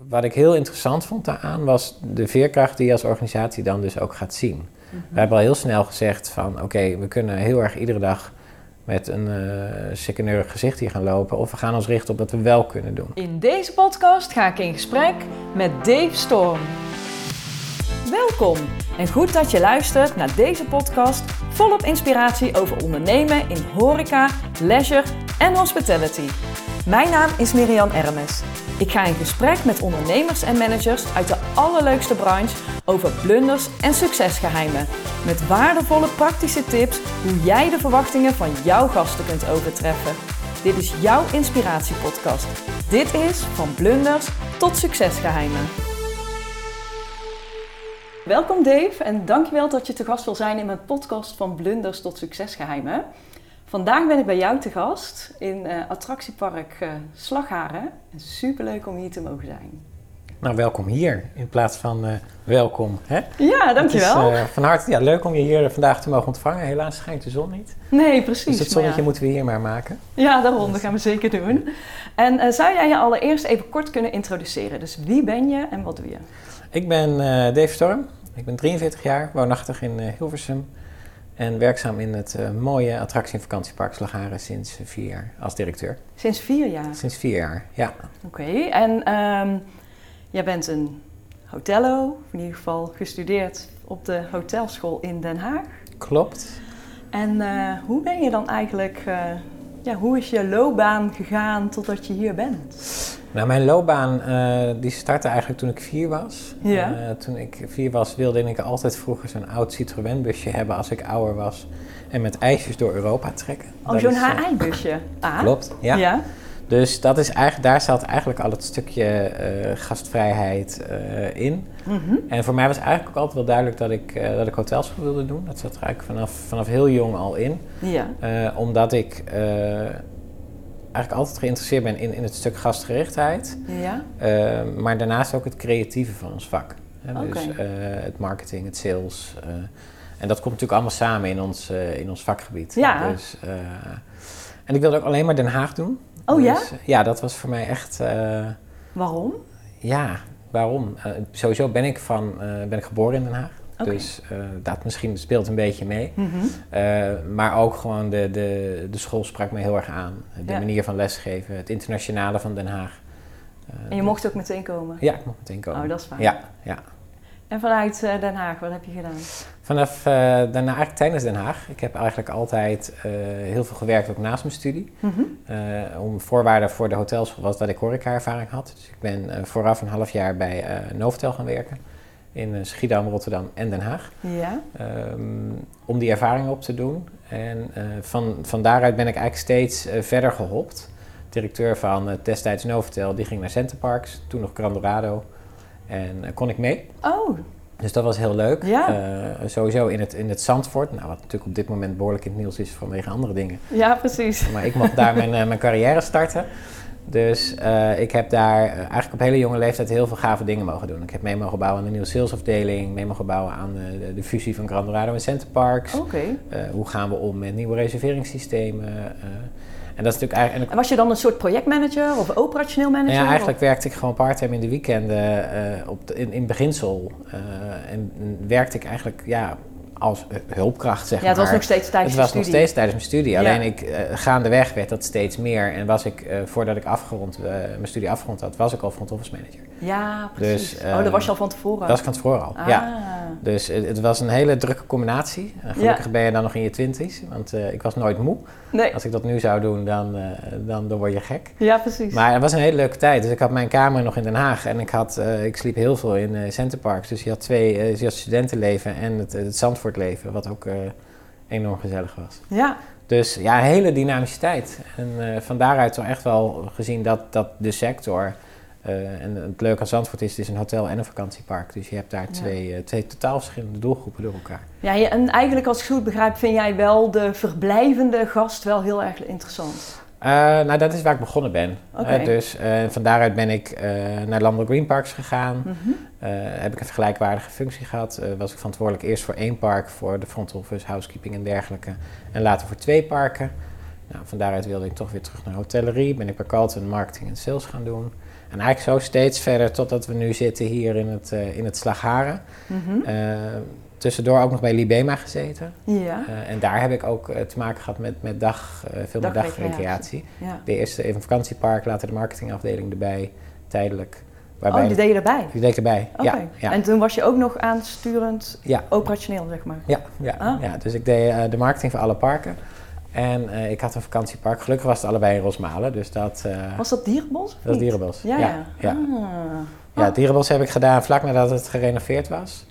wat ik heel interessant vond daaraan was de veerkracht die je als organisatie dan dus ook gaat zien. We hebben al heel snel gezegd van oké, we kunnen heel erg iedere dag met een secundairig gezicht hier gaan lopen. Of we gaan ons richten op wat we wel kunnen doen. In deze podcast ga ik in gesprek met Dave Storm. Welkom en goed dat je luistert naar deze podcast volop inspiratie over ondernemen in horeca, leisure en hospitality. Mijn naam is Miriam Ermes. Ik ga in gesprek met ondernemers en managers uit de allerleukste branche over blunders en succesgeheimen. Met waardevolle praktische tips hoe jij de verwachtingen van jouw gasten kunt overtreffen. Dit is jouw inspiratiepodcast. Dit is van blunders tot succesgeheimen. Welkom Dave en dankjewel dat je te gast wil zijn in mijn podcast van blunders tot succesgeheimen. Vandaag ben ik bij jou te gast in attractiepark Slagharen. Superleuk om hier te mogen zijn. Nou, welkom hier in plaats van welkom. Hè? Ja, dankjewel. Het is van harte leuk om je hier vandaag te mogen ontvangen. Helaas schijnt de zon niet. Nee, precies. Dus het zonnetje moeten we hier maar maken. Ja, daarom. Dat gaan we zeker doen. En zou jij je allereerst even kort kunnen introduceren? Dus wie ben je en wat doe je? Ik ben Dave Storm. Ik ben 43 jaar, woonachtig in Hilversum. En werkzaam in het mooie attractie- en vakantiepark Slagharen sinds 4 jaar als directeur. Sinds 4 jaar? Sinds 4 jaar, ja. Oké, en jij bent een hotello, of in ieder geval gestudeerd op de hotelschool in Den Haag. Klopt. En hoe ben je dan eigenlijk, hoe is je loopbaan gegaan totdat je hier bent? Nou, mijn loopbaan die startte eigenlijk toen ik 4 was. Ja. Toen ik 4 was wilde ik altijd vroeger zo'n oud Citroën busje hebben als ik ouder was. En met ijsjes door Europa trekken. Oh, zo'n HI-busje? Klopt, ja. Ja. Dus dat is daar zat eigenlijk al het stukje gastvrijheid in. Mm-hmm. En voor mij was eigenlijk ook altijd wel duidelijk dat ik hotelschool wilde doen. Dat zat er eigenlijk vanaf heel jong al in. Ja. Omdat ik eigenlijk altijd geïnteresseerd ben in het stuk gastgerichtheid. Ja. Maar daarnaast ook het creatieve van ons vak. Okay. Dus het marketing, het sales. En dat komt natuurlijk allemaal samen in ons vakgebied. Ja. Dus, en ik wilde ook alleen maar Den Haag doen. Oh dus, ja? Ja, dat was voor mij echt... Waarom? Ja, waarom? Sowieso ben ik geboren in Den Haag. Okay. Dus dat misschien speelt een beetje mee. Mm-hmm. Maar ook gewoon de school sprak me heel erg aan. De manier van lesgeven, het internationale van Den Haag. En je mocht ook meteen komen? Ja, ik mocht meteen komen. Oh, dat is fijn. Ja. En vanuit Den Haag, wat heb je gedaan? Vanaf daarna eigenlijk tijdens Den Haag. Ik heb eigenlijk altijd heel veel gewerkt ook naast mijn studie. Mm-hmm. Voorwaarde voor de hotelschool was dat ik horeca-ervaring had. Dus ik ben vooraf een half jaar bij Novotel gaan werken. In Schiedam, Rotterdam en Den Haag. Ja. Om die ervaring op te doen. En van daaruit ben ik eigenlijk steeds verder gehopt. Directeur van destijds Novotel, die ging naar Centerparks. Toen nog Gran Dorado. En kon ik mee. Oh. Dus dat was heel leuk. Ja. Sowieso in het Zandvoort. Nou, wat natuurlijk op dit moment behoorlijk in het nieuws is vanwege andere dingen. Ja, precies. Maar ik mocht daar mijn carrière starten. Dus ik heb daar eigenlijk op hele jonge leeftijd heel veel gave dingen mogen doen. Ik heb mee mogen bouwen aan de nieuwe salesafdeling. Mee mogen bouwen aan de fusie van Gran Dorado en Centerparks. Oké. Hoe gaan we om met nieuwe reserveringssystemen. En dat is natuurlijk eigenlijk... En was je dan een soort projectmanager of operationeel manager? Ja, eigenlijk werkte ik gewoon parttime in de weekenden in beginsel. En werkte ik eigenlijk als hulpkracht, zeg maar. Ja, het was nog steeds tijdens je studie. Het was nog steeds tijdens mijn studie. Ja. Alleen gaandeweg werd dat steeds meer. En was ik, voordat ik mijn studie afgerond had, was ik al front office manager. Ja, precies. Dus, dat was je al van tevoren? Dat was ik van tevoren al, ja. Dus het was een hele drukke combinatie. Gelukkig ben je dan nog in je 20's, want ik was nooit moe. Nee. Als ik dat nu zou doen, dan word je gek. Ja, precies. Maar het was een hele leuke tijd. Dus ik had mijn kamer nog in Den Haag en ik sliep heel veel in Centerparks. Dus je had studentenleven en het Zandvoortleven, wat ook enorm gezellig was. Ja. Dus ja, een hele dynamische tijd. En van daaruit toch echt wel gezien dat de sector... en het leuke aan Zandvoort is, het is een hotel en een vakantiepark. Dus je hebt daar twee totaal verschillende doelgroepen door elkaar. Ja, en eigenlijk als ik het goed begrijp, vind jij wel de verblijvende gast wel heel erg interessant? Nou, dat is waar ik begonnen ben. Okay. Dus van daaruit ben ik naar Landel Green Parks gegaan. Mm-hmm. Heb ik een vergelijkbare functie gehad. Was ik verantwoordelijk eerst voor 1 park, voor de front office, housekeeping en dergelijke. En later voor 2 parken. Nou, van daaruit wilde ik toch weer terug naar hotellerie. Ben ik bij Carlton marketing en sales gaan doen. En eigenlijk zo steeds verder totdat we nu zitten hier in het Slagharen. Tussendoor ook nog bij Libema gezeten. Ja. En daar heb ik ook te maken gehad met veel met dagrecreatie. Ja. De eerste even een vakantiepark, later de marketingafdeling erbij, tijdelijk. Die deed je erbij? Die deed ik erbij, Okay. ja. En toen was je ook nog aansturend operationeel, zeg maar? Ja, dus ik deed de marketing voor alle parken. En ik had een vakantiepark. Gelukkig was het allebei in Rosmalen, dus dat... was dat Dierenbos? Dat was Dierenbos, ja. Ja, Dierenbos heb ik gedaan vlak nadat het gerenoveerd was.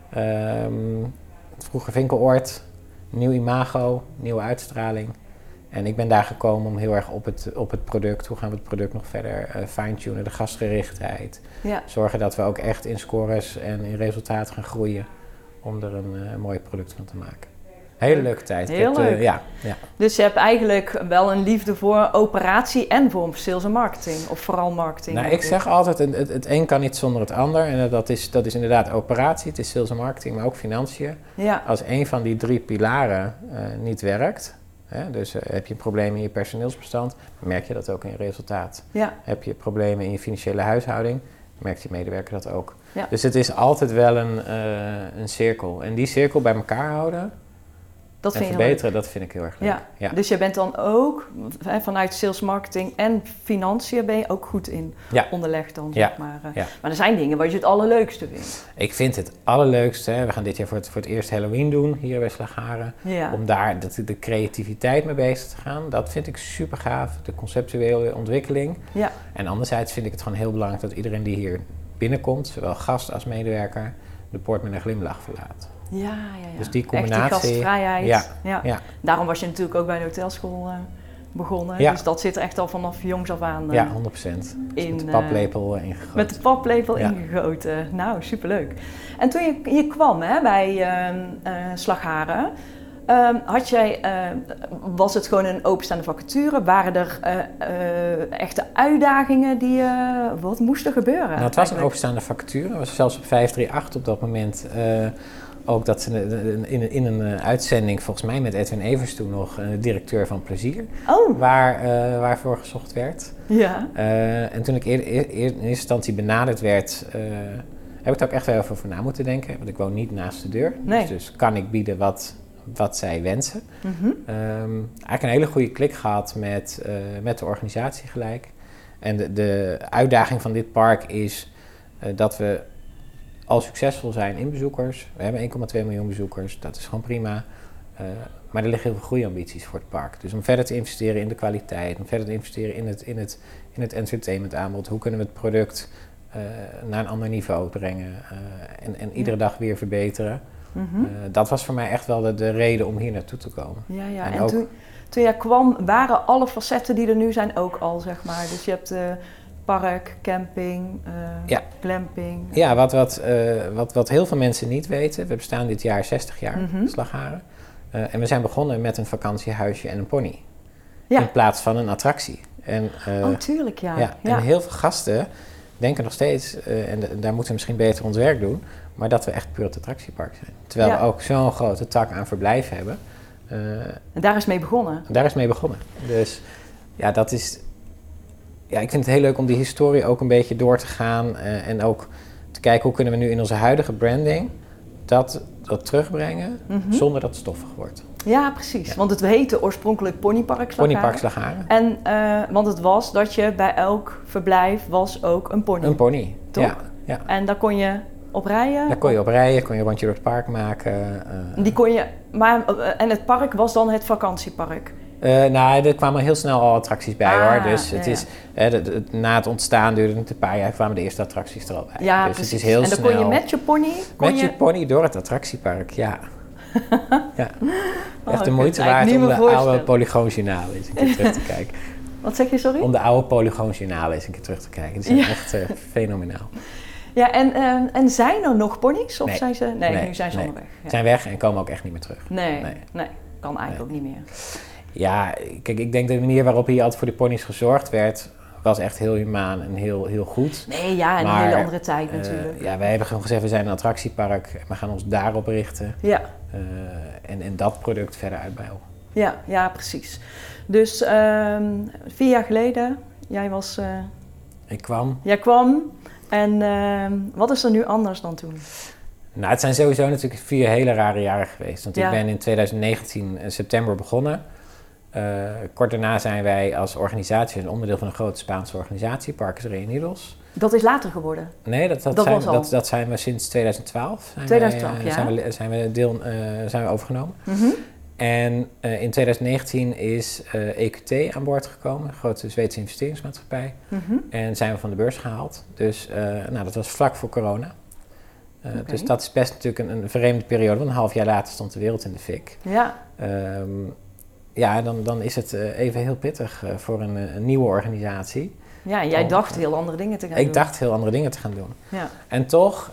Het vroege winkeloord, nieuw imago, nieuwe uitstraling. En ik ben daar gekomen om heel erg op het product, hoe gaan we het product nog verder fine-tunen, de gastgerichtheid. Ja. Zorgen dat we ook echt in scores en in resultaten gaan groeien om er een mooi product van te maken. Hele leuke tijd. Heel leuk. Ja. Dus je hebt eigenlijk wel een liefde voor operatie en voor sales en marketing, of vooral marketing? Nou, ik zeg altijd, het een kan niet zonder het ander. En dat is inderdaad operatie, het is sales en marketing, maar ook financiën. Ja. Als een van die 3 pilaren niet werkt, dus heb je een probleem in je personeelsbestand, merk je dat ook in je resultaat. Ja. Heb je problemen in je financiële huishouding, merkt je medewerker dat ook. Ja. Dus het is altijd wel een cirkel. En die cirkel bij elkaar houden... Dat en verbeteren, dat vind ik heel erg leuk. Ja. Dus je bent dan ook vanuit sales, marketing en financiën ben je ook goed in onderlegd dan, zeg maar. Maar er zijn dingen waar je het allerleukste vindt. Ik vind het allerleukste, we gaan dit jaar voor het eerst Halloween doen hier bij Slagharen. Ja. Om daar de creativiteit mee bezig te gaan. Dat vind ik super gaaf, de conceptuele ontwikkeling. Ja. En anderzijds vind ik het gewoon heel belangrijk dat iedereen die hier binnenkomt, zowel gast als medewerker, de poort met een glimlach verlaat. Ja. Dus die combinatie. Echt die gastvrijheid. Ja. Daarom was je natuurlijk ook bij de hotelschool begonnen. Ja. Dus dat zit er echt al vanaf jongs af aan. Ja, 100%. Met de paplepel ingegoten. Met de paplepel ingegoten. Nou, superleuk. En toen je kwam bij Slagharen, was het gewoon een openstaande vacature? Waren er echte uitdagingen die wat moesten gebeuren? Nou, het was een openstaande vacature. Het was zelfs op 538 op dat moment. Ook dat ze in een uitzending, volgens mij met Edwin Evers toen nog, directeur van Plezier, waarvoor gezocht werd. Ja. En toen ik in eerste instantie benaderd werd, heb ik er ook echt wel even over na moeten denken. Want ik woon niet naast de deur. Nee. Dus kan ik bieden wat zij wensen. Eigenlijk een hele goede klik gehad met de organisatie gelijk. En de uitdaging van dit park is dat we al succesvol zijn in bezoekers. We hebben 1,2 miljoen bezoekers, dat is gewoon prima. Maar er liggen heel veel groeiambities voor het park. Dus om verder te investeren in de kwaliteit, om verder te investeren in het entertainmentaanbod. Hoe kunnen we het product naar een ander niveau brengen en iedere dag weer verbeteren. Dat was voor mij echt wel de reden om hier naartoe te komen. Ja. En ook, toen jij kwam, waren alle facetten die er nu zijn ook al, zeg maar. Dus je hebt park, camping, glamping. Ja, wat heel veel mensen niet weten. We bestaan dit jaar 60 jaar, Slagharen. En we zijn begonnen met een vakantiehuisje en een pony. Ja. In plaats van een attractie. En, tuurlijk, En heel veel gasten denken nog steeds, en daar moeten we misschien beter ons werk doen, maar dat we echt puur het attractiepark zijn. Terwijl we ook zo'n grote tak aan verblijf hebben. En daar is mee begonnen? Dus ja, dat is... Ja, ik vind het heel leuk om die historie ook een beetje door te gaan. En ook te kijken hoe kunnen we nu in onze huidige branding dat terugbrengen zonder dat het stoffig wordt. Ja, precies. Ja. Want het heette oorspronkelijk Ponypark Slagharen. Ponypark Slagharen. En, want het was dat je bij elk verblijf was ook een pony. Een pony, toch? Ja. En daar kon je op rijden? Daar kon je op rijden, kon je een rondje door het park maken. Die kon je, en het park was dan het vakantiepark? Er kwamen heel snel al attracties bij hoor. Dus het is, na het ontstaan duurde het een paar jaar, kwamen de eerste attracties er al bij. Ja, dus precies. Het is heel en dan snel, kon je met je pony? Je pony door het attractiepark, ja. Echt de moeite waard om de oude Polygoonjournalen eens een keer terug te kijken. Wat zeg je, sorry? Om de oude Polygoonjournalen eens een keer terug te kijken. Die zijn echt fenomenaal. Ja, en zijn er nog ponies? Of zijn ze... Nee, nu zijn ze allemaal weg. Ze zijn weg en komen ook echt niet meer terug. Nee, kan eigenlijk ook niet meer. Ja, kijk, ik denk de manier waarop hier altijd voor de ponies gezorgd werd, was echt heel humaan en heel goed. Nee, en een hele andere tijd natuurlijk. Wij hebben gewoon gezegd, we zijn een attractiepark en we gaan ons daarop richten. Ja. En dat product verder uitbouwen. Ja, precies. Dus 4 jaar geleden, jij was Ik kwam. Jij kwam en wat is er nu anders dan toen? Nou, het zijn sowieso natuurlijk 4 hele rare jaren geweest. Want ik ben in 2019 september begonnen. Kort daarna zijn wij als organisatie een onderdeel van een grote Spaanse organisatie, Parques Reunidos. Dat is later geworden? Nee, dat zijn we sinds 2012. Zijn we overgenomen. Mm-hmm. En in 2019 is EQT aan boord gekomen, een grote Zweedse investeringsmaatschappij. Mm-hmm. En zijn we van de beurs gehaald. Dus dat was vlak voor corona. Dus dat is best natuurlijk een vreemde periode, want een half jaar later stond de wereld in de fik. Ja. Dan is het even heel pittig voor een nieuwe organisatie. Ja, en jij dacht heel andere dingen te gaan doen. Ik dacht heel andere dingen te gaan doen. Ja. En toch,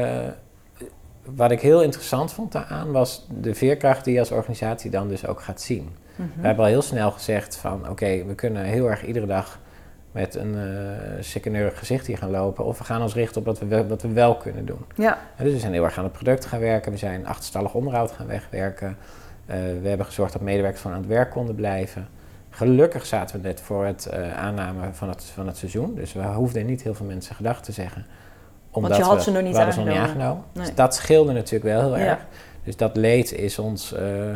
wat ik heel interessant vond daaraan, was de veerkracht die je als organisatie dan dus ook gaat zien. Mm-hmm. We hebben al heel snel gezegd van, oké, we kunnen heel erg iedere dag met een secundeurig gezicht hier gaan lopen. Of we gaan ons richten op wat we wel kunnen doen. Ja. Dus we zijn heel erg aan het product gaan werken. We zijn achterstallig onderhoud gaan wegwerken. We hebben gezorgd dat medewerkers van aan het werk konden blijven. Gelukkig zaten we net voor het aanname van het seizoen. Dus we hoefden niet heel veel mensen gedag te zeggen. Want je had ze nog niet aangenomen. Nee. Dus dat scheelde natuurlijk wel heel erg. Ja. Dus dat leed is ons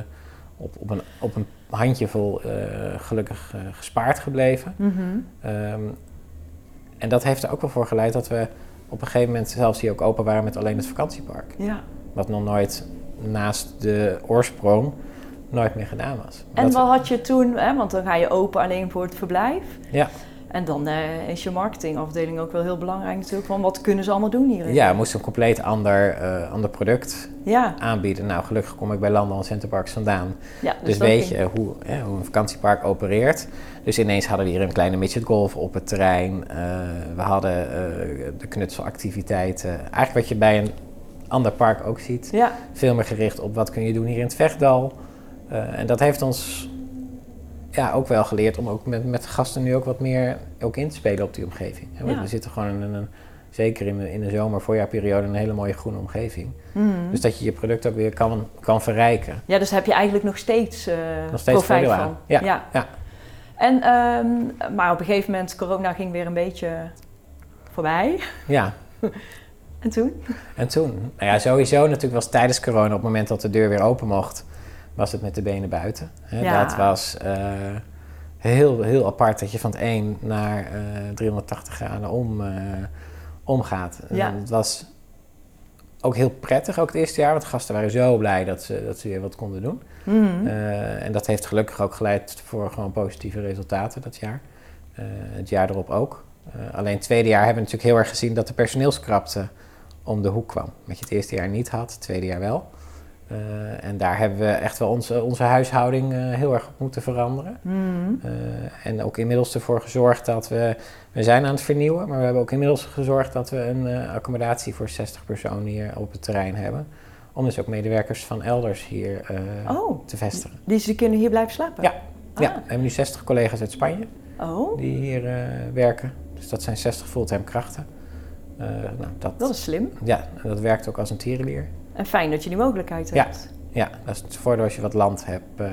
op een handjevol gelukkig gespaard gebleven. Mm-hmm. En dat heeft er ook wel voor geleid dat we op een gegeven moment zelfs hier ook open waren met alleen het vakantiepark. Ja. Wat nog nooit naast de oorsprong nooit meer gedaan was. En wat had je toen, want dan ga je open alleen voor het verblijf. Ja. En dan is je marketingafdeling ook wel heel belangrijk natuurlijk. Van wat kunnen ze allemaal doen hierin? Ja, we moesten een compleet ander product aanbieden. Nou, gelukkig kom ik bij Landal Centerparks vandaan. Ja, dus weet je hoe een vakantiepark opereert. Dus ineens hadden we hier een kleine midget golf op het terrein. We hadden de knutselactiviteiten. Eigenlijk wat je bij een ander park ook ziet. Ja. Veel meer gericht op wat kun je doen hier in het Vechtdal. En dat heeft ons ook wel geleerd om ook met gasten nu ook wat meer ook in te spelen op die omgeving. Ja. We zitten gewoon zeker in de zomer-voorjaarperiode een hele mooie groene omgeving. Mm-hmm. Dus dat je je product ook weer kan verrijken. Ja, dus heb je eigenlijk nog steeds profijt van. Ja. En, maar op een gegeven moment, corona ging weer een beetje voorbij. Ja. En toen? Nou ja, sowieso natuurlijk was tijdens corona, op het moment dat de deur weer open mocht, was het met de benen buiten. Ja. Dat was heel, heel apart dat je van het 1 naar 380 graden omgaat. Ja. Het was ook heel prettig, ook het eerste jaar, want gasten waren zo blij dat ze weer wat konden doen. Mm-hmm. En dat heeft gelukkig ook geleid voor gewoon positieve resultaten dat jaar. Het jaar erop ook. Alleen het tweede jaar hebben we natuurlijk heel erg gezien dat de personeelskrapte om de hoek kwam. Wat je het eerste jaar niet had, het tweede jaar wel. En daar hebben we echt wel onze huishouding heel erg op moeten veranderen. Mm-hmm. En ook inmiddels ervoor gezorgd dat we zijn aan het vernieuwen, maar we hebben ook inmiddels gezorgd dat we een accommodatie voor 60 personen hier op het terrein hebben. Om dus ook medewerkers van elders hier te vestigen. Dus die kunnen hier blijven slapen? Ja. We hebben nu 60 collega's uit Spanje die hier werken. Dus dat zijn 60 fulltime krachten. Dat is slim. Ja, en dat werkt ook als een tierenlier. En fijn dat je die mogelijkheid hebt. Ja, dat is het voordeel als je wat land hebt.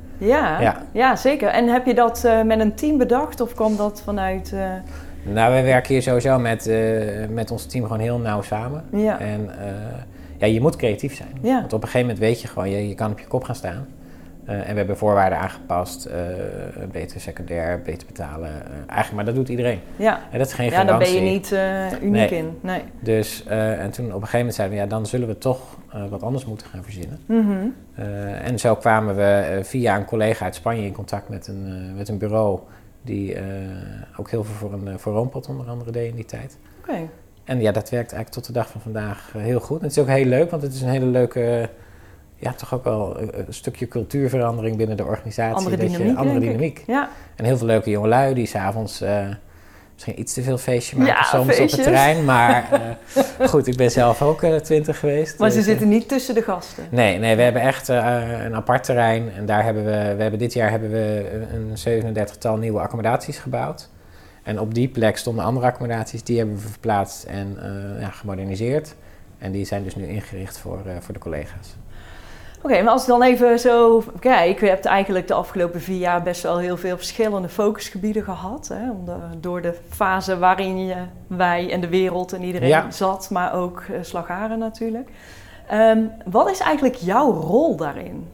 Ja, zeker. En heb je dat met een team bedacht of kwam dat vanuit... Nou, wij werken hier sowieso met ons team gewoon heel nauw samen. Ja. En je moet creatief zijn. Ja. Want op een gegeven moment weet je gewoon, je kan op je kop gaan staan. En we hebben voorwaarden aangepast, beter secundair, beter betalen. Eigenlijk, maar dat doet iedereen. Ja, en dat is geen garantie. Daar ben je niet uniek in. Nee. Dus, en toen op een gegeven moment zeiden we, dan zullen we toch wat anders moeten gaan verzinnen. Mm-hmm. En zo kwamen we via een collega uit Spanje in contact met een bureau die ook heel veel voor Roompot onder andere deed in die tijd. Oké. En dat werkt eigenlijk tot de dag van vandaag heel goed. En het is ook heel leuk, want het is een hele leuke... toch ook wel een stukje cultuurverandering binnen de organisatie. Andere dynamiek. Ja. En heel veel leuke jongelui die 's avonds misschien iets te veel feestje maken soms feestjes op het terrein. Maar goed, ik ben zelf ook 20 geweest. Maar ze zitten niet tussen de gasten? Nee, we hebben echt een apart terrein. En daar dit jaar hebben we een 37-tal nieuwe accommodaties gebouwd. En op die plek stonden andere accommodaties. Die hebben we verplaatst en gemoderniseerd. En die zijn dus nu ingericht voor de collega's. Oké, maar als ik dan even zo kijk, je hebt eigenlijk de afgelopen 4 jaar best wel heel veel verschillende focusgebieden gehad. Hè? Door de fase waarin wij en de wereld en iedereen zat, maar ook Slagharen natuurlijk. Wat is eigenlijk jouw rol daarin?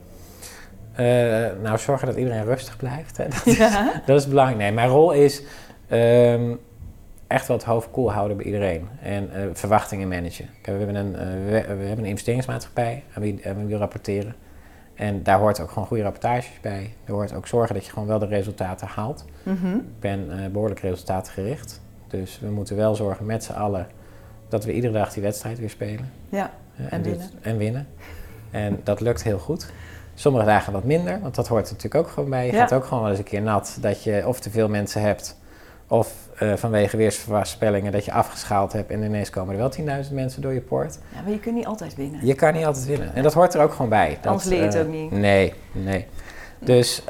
Nou, zorgen dat iedereen rustig blijft. Hè? Dat is belangrijk. Nee, mijn rol is echt wel het hoofd koel houden bij iedereen. En verwachtingen managen. Kijk, we hebben een investeringsmaatschappij aan wie we rapporteren. En daar hoort ook gewoon goede rapportages bij. Er hoort ook zorgen dat je gewoon wel de resultaten haalt. Mm-hmm. Ik ben behoorlijk resultaatgericht. Dus we moeten wel zorgen met z'n allen dat we iedere dag die wedstrijd weer spelen. Ja, en winnen. En dat lukt heel goed. Sommige dagen wat minder, want dat hoort er natuurlijk ook gewoon bij. Je gaat ook gewoon wel eens een keer nat dat je of te veel mensen hebt, of vanwege weersvoorspellingen dat je afgeschaald hebt en ineens komen er wel 10.000 mensen door je poort. Ja, maar je kunt niet altijd winnen. Je kan niet altijd winnen. En dat hoort er ook gewoon bij. Anders leer je het ook niet. Nee. Dus,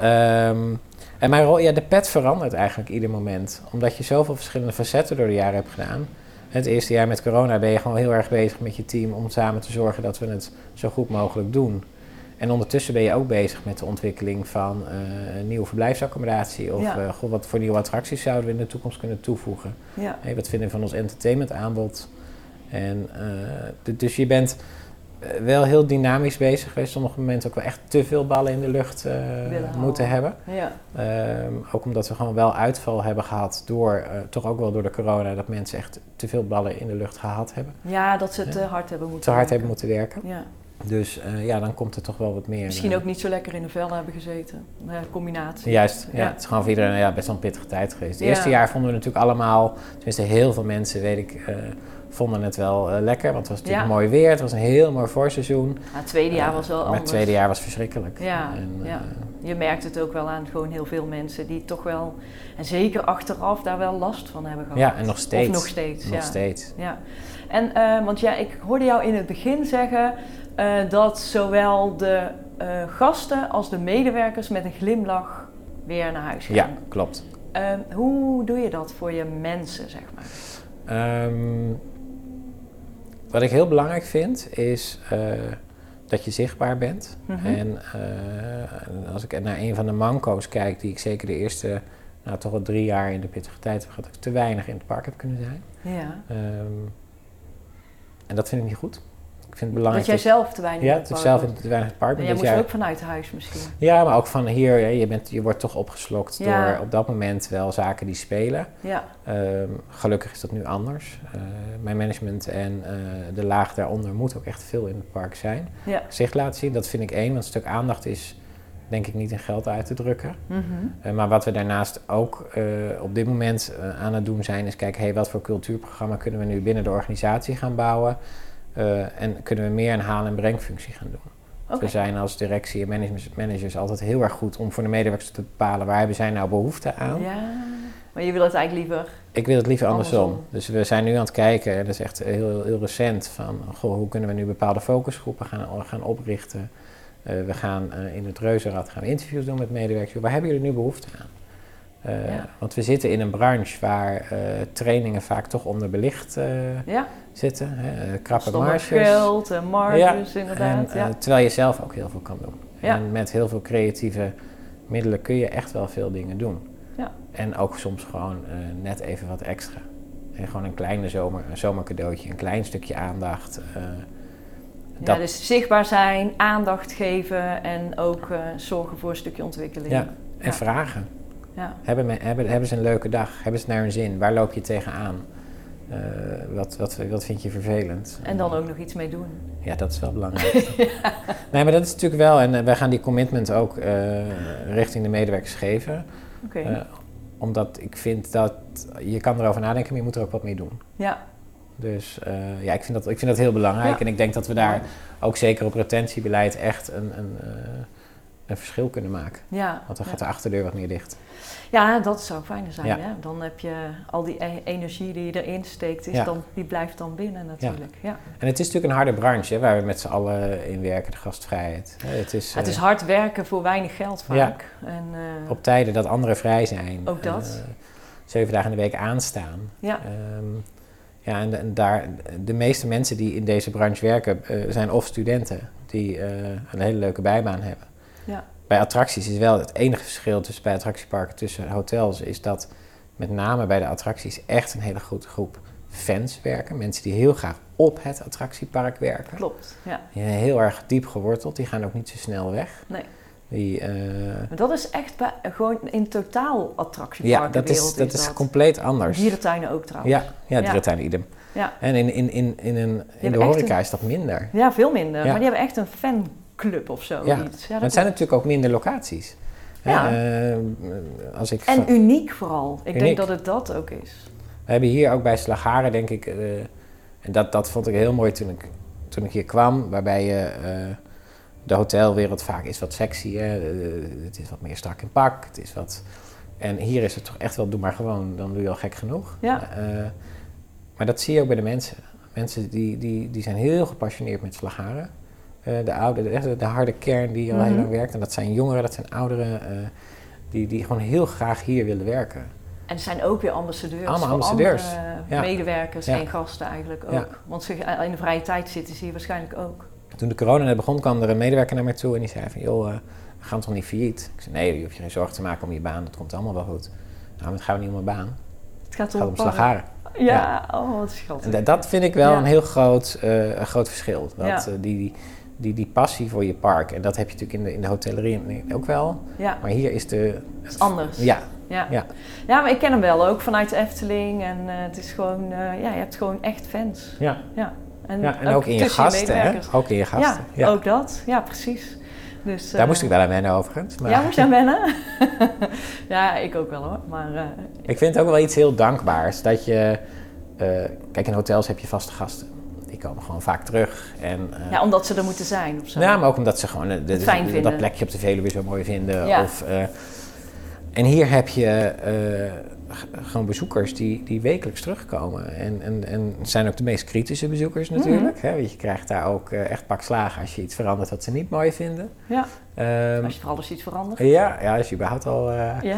en mijn rol, de pet verandert eigenlijk ieder moment. Omdat je zoveel verschillende facetten door de jaren hebt gedaan. Het eerste jaar met corona ben je gewoon heel erg bezig met je team om samen te zorgen dat we het zo goed mogelijk doen. En ondertussen ben je ook bezig met de ontwikkeling van nieuwe verblijfsaccommodatie. Of wat voor nieuwe attracties zouden we in de toekomst kunnen toevoegen. Ja. Hey, wat vinden we van ons entertainmentaanbod? En dus je bent wel heel dynamisch bezig geweest. Sommige momenten ook wel echt te veel ballen in de lucht moeten hebben. Ja. Ook omdat we gewoon wel uitval hebben gehad toch ook wel door de corona, dat mensen echt te veel ballen in de lucht gehad hebben. Ja, dat ze te hard hebben moeten werken. Ja. Dus dan komt er toch wel wat meer. Misschien ook niet zo lekker in de vel hebben gezeten. Combinatie. Juist, het is gewoon voor iedereen best wel een pittige tijd geweest. Het eerste jaar vonden we natuurlijk allemaal, tenminste heel veel mensen, weet ik, vonden het wel lekker. Want het was natuurlijk mooi weer, het was een heel mooi voorseizoen. Het tweede jaar was wel anders. Maar het tweede jaar was verschrikkelijk. Je merkt het ook wel aan gewoon heel veel mensen die toch wel, en zeker achteraf, daar wel last van hebben gehad. Ja, en nog steeds. Of nog steeds. Ja. En, want ik hoorde jou in het begin zeggen dat zowel de gasten als de medewerkers met een glimlach weer naar huis gaan. Ja, klopt. Hoe doe je dat voor je mensen, zeg maar? Wat ik heel belangrijk vind, is dat je zichtbaar bent. Mm-hmm. En als ik naar een van de manco's kijk, die ik zeker de eerste, toch wel 3 jaar in de pittige tijd heb gehad, dat ik te weinig in het park heb kunnen zijn. Ja. En dat vind ik niet goed. Ik vind het belangrijk dat jij zelf te weinig in het park zelf te weinig in het park. En jij moest ook vanuit huis misschien. Ja, maar ook van hier, je wordt toch opgeslokt door op dat moment wel zaken die spelen. Ja. Gelukkig is dat nu anders. Mijn management en de laag daaronder moet ook echt veel in het park zijn. Ja. Zicht laten zien, dat vind ik één, want een stuk aandacht is denk ik niet in geld uit te drukken. Mm-hmm. Maar wat we daarnaast ook op dit moment aan het doen zijn, is kijken, wat voor cultuurprogramma kunnen we nu binnen de organisatie gaan bouwen? En kunnen we meer een haal- en brengfunctie gaan doen. Okay. We zijn als directie en managers altijd heel erg goed om voor de medewerkers te bepalen waar hebben zij nou behoefte aan. Ja, maar je wil het eigenlijk liever. Ik wil het liever andersom. Dus we zijn nu aan het kijken, en dat is echt heel, heel recent, van hoe kunnen we nu bepaalde focusgroepen gaan oprichten. We gaan in het Reuzenrad interviews doen met medewerkers. Waar hebben jullie nu behoefte aan? Want we zitten in een branche waar trainingen vaak toch onderbelicht zitten. Krappe marges. Geld en marges inderdaad. En, terwijl je zelf ook heel veel kan doen. Ja. En met heel veel creatieve middelen kun je echt wel veel dingen doen. Ja. En ook soms gewoon net even wat extra. En gewoon een kleine zomercadeautje, een klein stukje aandacht. Dus zichtbaar zijn, aandacht geven en ook zorgen voor een stukje ontwikkeling. Ja, en vragen. Ja. Hebben ze een leuke dag? Hebben ze naar hun zin? Waar loop je tegenaan? Wat vind je vervelend? En dan ook nog iets mee doen. Ja, dat is wel belangrijk. Nee, maar dat is natuurlijk wel, en wij gaan die commitment ook richting de medewerkers geven. Okay. Omdat ik vind dat, je kan erover nadenken, maar je moet er ook wat mee doen. Ja. Dus ik vind dat heel belangrijk. Ja. En ik denk dat we daar ook zeker op retentiebeleid echt een verschil kunnen maken. Ja. Want dan gaat de achterdeur wat meer dicht. Ja, dat zou fijner zijn. Ja. Hè? Dan heb je al die energie die je erin steekt, die blijft dan binnen natuurlijk. Ja. Ja. En het is natuurlijk een harde branche waar we met z'n allen in werken, de gastvrijheid. Het is hard werken voor weinig geld vaak. Ja. En, op tijden dat anderen vrij zijn. Ook dat. 7 dagen in de week aanstaan. Ja. En daar, de meeste mensen die in deze branche werken zijn of studenten. die een hele leuke bijbaan hebben. Ja. Bij attracties is wel het enige verschil tussen bij attractieparken tussen hotels is dat met name bij de attracties echt een hele grote groep fans werken. Mensen die heel graag op het attractiepark werken. Klopt, ja. Die zijn heel erg diep geworteld, die gaan ook niet zo snel weg. Nee. Maar dat is echt gewoon in totaal attractieparken. Ja, dat is compleet anders. Dierentuinen ook trouwens. Ja, dierentuinen idem. Ja. En in de horeca is dat minder. Ja, veel minder. Ja. Maar die hebben echt een fanclub of zo. Ja, Iets. Ja, maar het zijn natuurlijk ook minder locaties. Ja. En uniek vooral. Ik denk dat het dat ook is. We hebben hier ook bij Slagharen, denk ik, en dat vond ik heel mooi toen ik hier kwam, waarbij je de hotelwereld vaak is wat sexy, het is wat meer strak in pak, het is wat... En hier is het toch echt wel, doe maar gewoon, dan doe je al gek genoeg. Ja. Maar dat zie je ook bij de mensen. Mensen die zijn heel gepassioneerd met Slagharen. De harde kern die al heel lang werkt. En dat zijn jongeren, dat zijn ouderen, die gewoon heel graag hier willen werken. En er zijn ook weer ambassadeurs. Allemaal ambassadeurs. Medewerkers en gasten eigenlijk ook. Ja. Want in de vrije tijd zitten ze hier waarschijnlijk ook. Toen de corona net begon, kwam er een medewerker naar mij toe en die zei van, joh, we gaan toch niet failliet? Ik zei, nee, je hoeft je geen zorgen te maken om je baan, dat komt allemaal wel goed. Nou, maar het gaat niet om mijn baan. Het gaat om Slagharen. Ja, oh, wat schattig. En dat vind ik wel een heel groot verschil. Dat, die passie voor je park, en dat heb je natuurlijk in de hotellerie ook wel. Ja. Maar hier is het is anders. Ja, maar ik ken hem wel ook vanuit de Efteling. En het is gewoon, je hebt gewoon echt fans. Ja. En ook in je gasten, hè? Ook in je gasten. Ja, ook dat. Ja, precies. Dus, daar moest ik wel aan wennen overigens. Maar... Ja, moest je aan wennen? Ja, ik ook wel hoor. Maar, ik vind het ook wel iets heel dankbaars. Dat je... kijk, in hotels heb je vaste gasten. Die komen gewoon vaak terug. En, omdat ze er moeten zijn of zo. Ja, maar ook omdat ze gewoon dat plekje op de Veluwe zo mooi vinden. Ja. En hier heb je gewoon bezoekers die wekelijks terugkomen. En het zijn ook de meest kritische bezoekers natuurlijk. Hè? Want je krijgt daar ook echt pak slagen als je iets verandert dat ze niet mooi vinden. Ja, als je vooral als iets verandert. Ja, als je überhaupt al...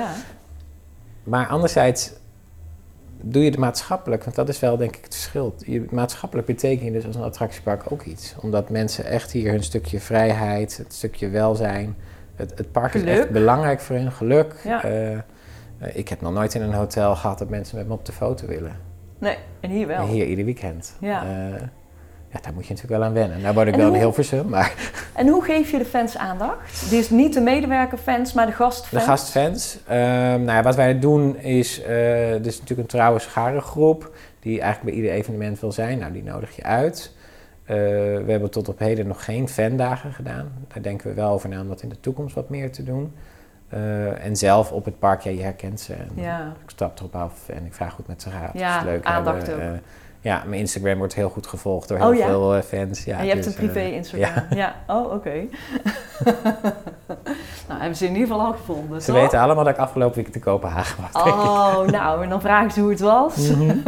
Maar anderzijds doe je het maatschappelijk, want dat is wel denk ik het verschil. Maatschappelijk betekent je dus als een attractiepark ook iets. Omdat mensen echt hier hun stukje vrijheid, het stukje welzijn... Het park is echt belangrijk voor hun, geluk. Ja. Ik heb nog nooit in een hotel gehad dat mensen met me op de foto willen. Nee, en hier wel. En hier ieder weekend. Ja. Daar moet je natuurlijk wel aan wennen. Nou word ik wel een Hilversum, maar... En hoe geef je de fans aandacht? Die is niet de medewerkerfans, maar de gastfans? De gastfans. Wat wij doen is... er is natuurlijk een trouwe scharengroep die eigenlijk bij ieder evenement wil zijn. Nou, die nodig je uit. We hebben tot op heden nog geen fandagen gedaan. Daar denken we wel over na om dat in de toekomst wat meer te doen. En zelf op het park, je herkent ze. Ik stap erop af en ik vraag hoe het met ze gaat. Ja, is leuk aandacht ook. Mijn Instagram wordt heel goed gevolgd door heel veel fans. Ja, en je hebt een privé Instagram? Ja. Oh, oké. Nou, hebben ze in ieder geval al gevonden, Ze weten allemaal dat ik afgelopen week te Kopenhagen was. Nou, en dan vragen ze hoe het was.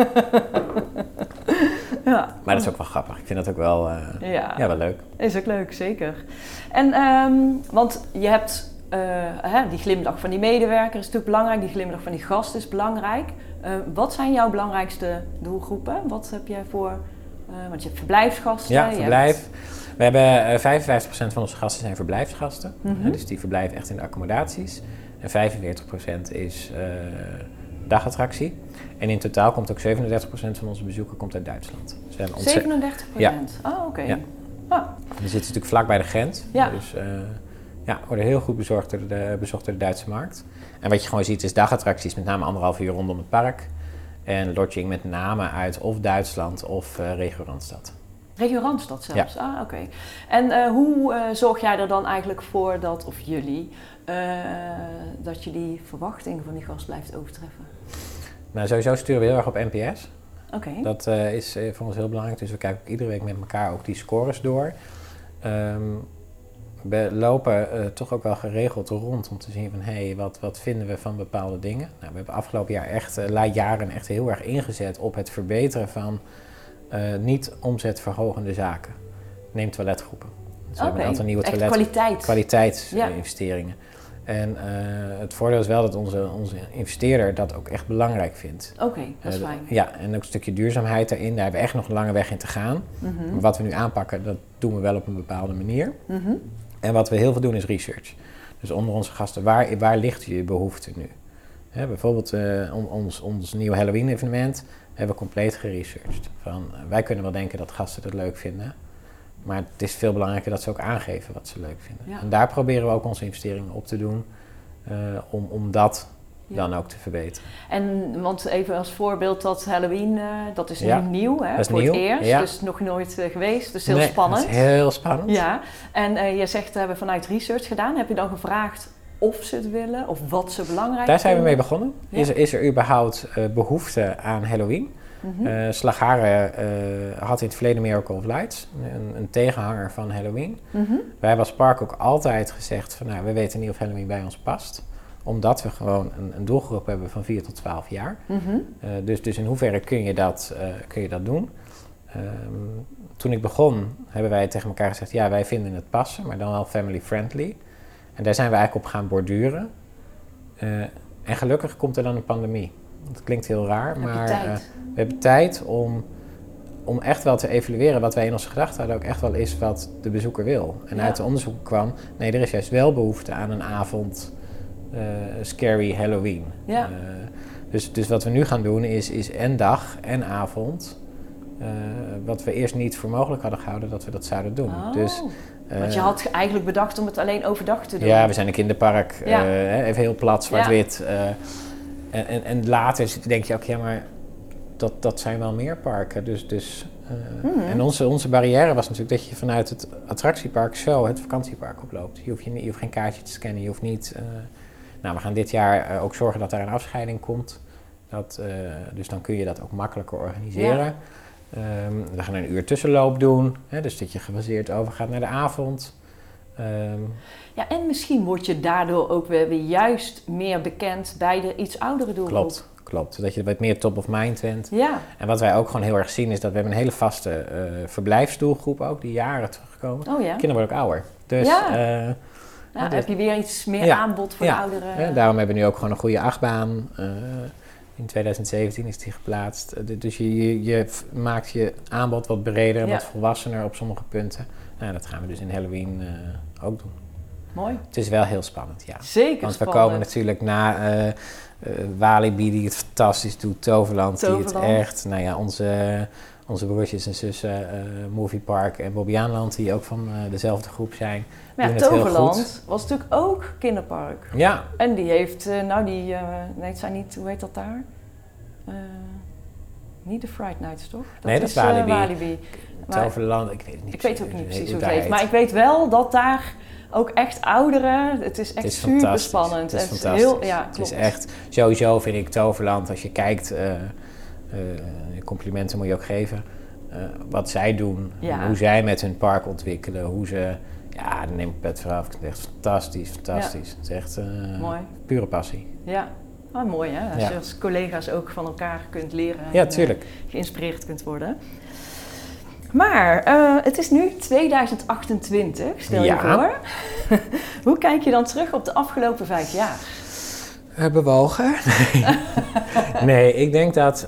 Ja. Maar dat is ook wel grappig. Ik vind dat ook wel, wel leuk. Is ook leuk, zeker. En, want je hebt die glimlach van die medewerker is natuurlijk belangrijk. Die glimlach van die gast is belangrijk. Wat zijn jouw belangrijkste doelgroepen? Wat heb jij voor... want je hebt verblijfsgasten. Ja, verblijf. We hebben 55% van onze gasten zijn verblijfsgasten. Dus die verblijven echt in de accommodaties. En 45% is dagattractie. En in totaal komt ook 37% van onze bezoeken komt uit Duitsland. Dus 37%? Ja. Oh, oké. Ja. We zitten natuurlijk vlak bij de grens. Ja. Dus worden heel goed bezocht door de Duitse markt. En wat je gewoon ziet is dagattracties, met name 1,5 uur rondom het park. En lodging met name uit of Duitsland of regio Randstad. Regio Randstad zelfs? Ja. Oké. En hoe zorg jij er dan eigenlijk voor dat, of jullie, dat je die verwachtingen van die gast blijft overtreffen? Nou, sowieso sturen we heel erg op NPS. Oké. Dat is voor ons heel belangrijk. Dus we kijken ook iedere week met elkaar ook die scores door. We lopen toch ook wel geregeld rond om te zien van wat vinden we van bepaalde dingen. Nou, we hebben afgelopen jaar jaren echt heel erg ingezet op het verbeteren van niet omzetverhogende zaken. Neem toiletgroepen. Dus we hebben een aantal nieuwe kwaliteitsinvesteringen. En het voordeel is wel dat onze investeerder dat ook echt belangrijk vindt. Oké, dat is fijn. Ja, en ook een stukje duurzaamheid daarin. Daar hebben we echt nog een lange weg in te gaan. Maar wat we nu aanpakken, dat doen we wel op een bepaalde manier. En wat we heel veel doen is research. Dus onder onze gasten, waar ligt je behoefte nu? Bijvoorbeeld ons nieuwe Halloween evenement hebben we compleet geresearched. Wij kunnen wel denken dat gasten het leuk vinden. Maar het is veel belangrijker dat ze ook aangeven wat ze leuk vinden. Ja. En daar proberen we ook onze investeringen op te doen. Om dat dan ook te verbeteren. En want even als voorbeeld dat Halloween, dat is nu nieuw, hè? Dat is voor nieuw. Het eerst. Ja. Dus nog nooit geweest. Dus heel spannend. Dat is heel spannend. Ja. En je zegt, we hebben vanuit research gedaan. Heb je dan gevraagd of ze het willen of wat ze belangrijk vinden? Daar zijn we mee begonnen. Ja. Is er überhaupt behoefte aan Halloween? Slagharen had in het verleden Miracle of Lights, een tegenhanger van Halloween. Wij hebben als park ook altijd gezegd van we weten niet of Halloween bij ons past. Omdat we gewoon een doelgroep hebben van 4 tot 12 jaar. Dus in hoeverre kun je dat doen? Toen ik begon hebben wij tegen elkaar gezegd, wij vinden het passen, maar dan wel family friendly. En daar zijn we eigenlijk op gaan borduren. En gelukkig komt er dan een pandemie. Dat klinkt heel raar, maar we hebben tijd om echt wel te evalueren wat wij in onze gedachten hadden, ook echt wel is wat de bezoeker wil. En uit de onderzoek kwam, er is juist wel behoefte aan een avond scary Halloween. Ja. Dus wat we nu gaan doen is en dag en avond, wat we eerst niet voor mogelijk hadden gehouden dat we dat zouden doen. Oh. Dus, want je had eigenlijk bedacht om het alleen overdag te doen. Ja, we zijn een kinderpark, even heel plat, zwart-wit. En later denk je ook, maar dat zijn wel meer parken. En onze barrière was natuurlijk dat je vanuit het attractiepark zo het vakantiepark oploopt. Je hoeft geen kaartje te scannen, je hoeft niet... we gaan dit jaar ook zorgen dat daar een afscheiding komt. Dus dan kun je dat ook makkelijker organiseren. Ja. We gaan een uur tussenloop doen, dus dat je gebaseerd overgaat naar de avond. En misschien word je daardoor ook weer juist meer bekend bij de iets oudere doelgroep. Klopt. Dat je wat meer top of mind bent. Ja. En wat wij ook gewoon heel erg zien is dat we hebben een hele vaste verblijfsdoelgroep ook, die jaren terugkomen. Oh ja. Kinderen worden ook ouder. Dus, dus heb je weer iets meer aanbod voor de ouderen. Daarom hebben we nu ook gewoon een goede achtbaan. In 2017 is die geplaatst. Dus je maakt je aanbod wat breder en wat volwassener op sommige punten. Dat gaan we dus in Halloween ook doen. Mooi. Het is wel heel spannend, ja. Zeker Want spannend. We komen natuurlijk na Walibi, die het fantastisch doet, Toverland. Die het echt... onze broertjes en zussen, Moviepark en Bobbejaanland, die ook van dezelfde groep zijn. Maar ja, Toverland was natuurlijk ook kinderpark. Ja. En die heeft, het zijn niet, hoe heet dat daar? Niet de Fright Nights, toch? Dat is Walibi. Toverland, ik weet het niet. Ik weet ook niet precies hoe het heet. Maar ik weet wel dat daar ook echt ouderen, het is echt super spannend. Het is fantastisch. Het is echt, sowieso vind ik Toverland, als je kijkt, complimenten moet je ook geven. Wat zij doen, hoe zij met hun park ontwikkelen, hoe ze... Ja, dan neem ik het vanaf. Het is echt fantastisch. Ja. Het is echt mooi. Pure passie. Ja, mooi hè. Als je als collega's ook van elkaar kunt leren en geïnspireerd kunt worden. Maar het is nu 2028, stel je voor. Hoe kijk je dan terug op de afgelopen 5 jaar? Bewogen? Nee, ik denk dat...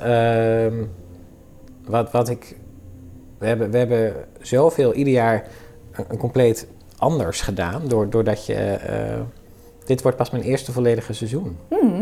We hebben zoveel ieder jaar een compleet anders gedaan. Doordat je... dit wordt pas mijn eerste volledige seizoen.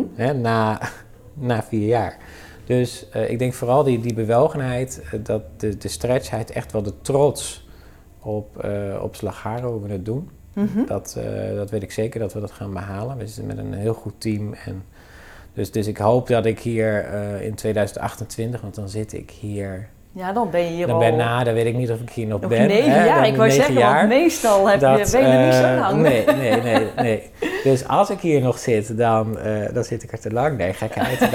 Na 4 jaar. Dus ik denk vooral die bewogenheid, dat de stretchheid, echt wel de trots op Slagharen, hoe we het doen. Dat weet ik zeker dat we dat gaan behalen. We zitten met een heel goed team. En dus ik hoop dat ik hier in 2028, want dan zit ik hier... Ja, dan ben je hier dan al... Dan weet ik niet of ik hier nog ben. 9 jaar, ik wou zeggen, want meestal ben je er niet zo lang. Nee. Dus als ik hier nog zit, dan zit ik er te lang. Nee, gekheid.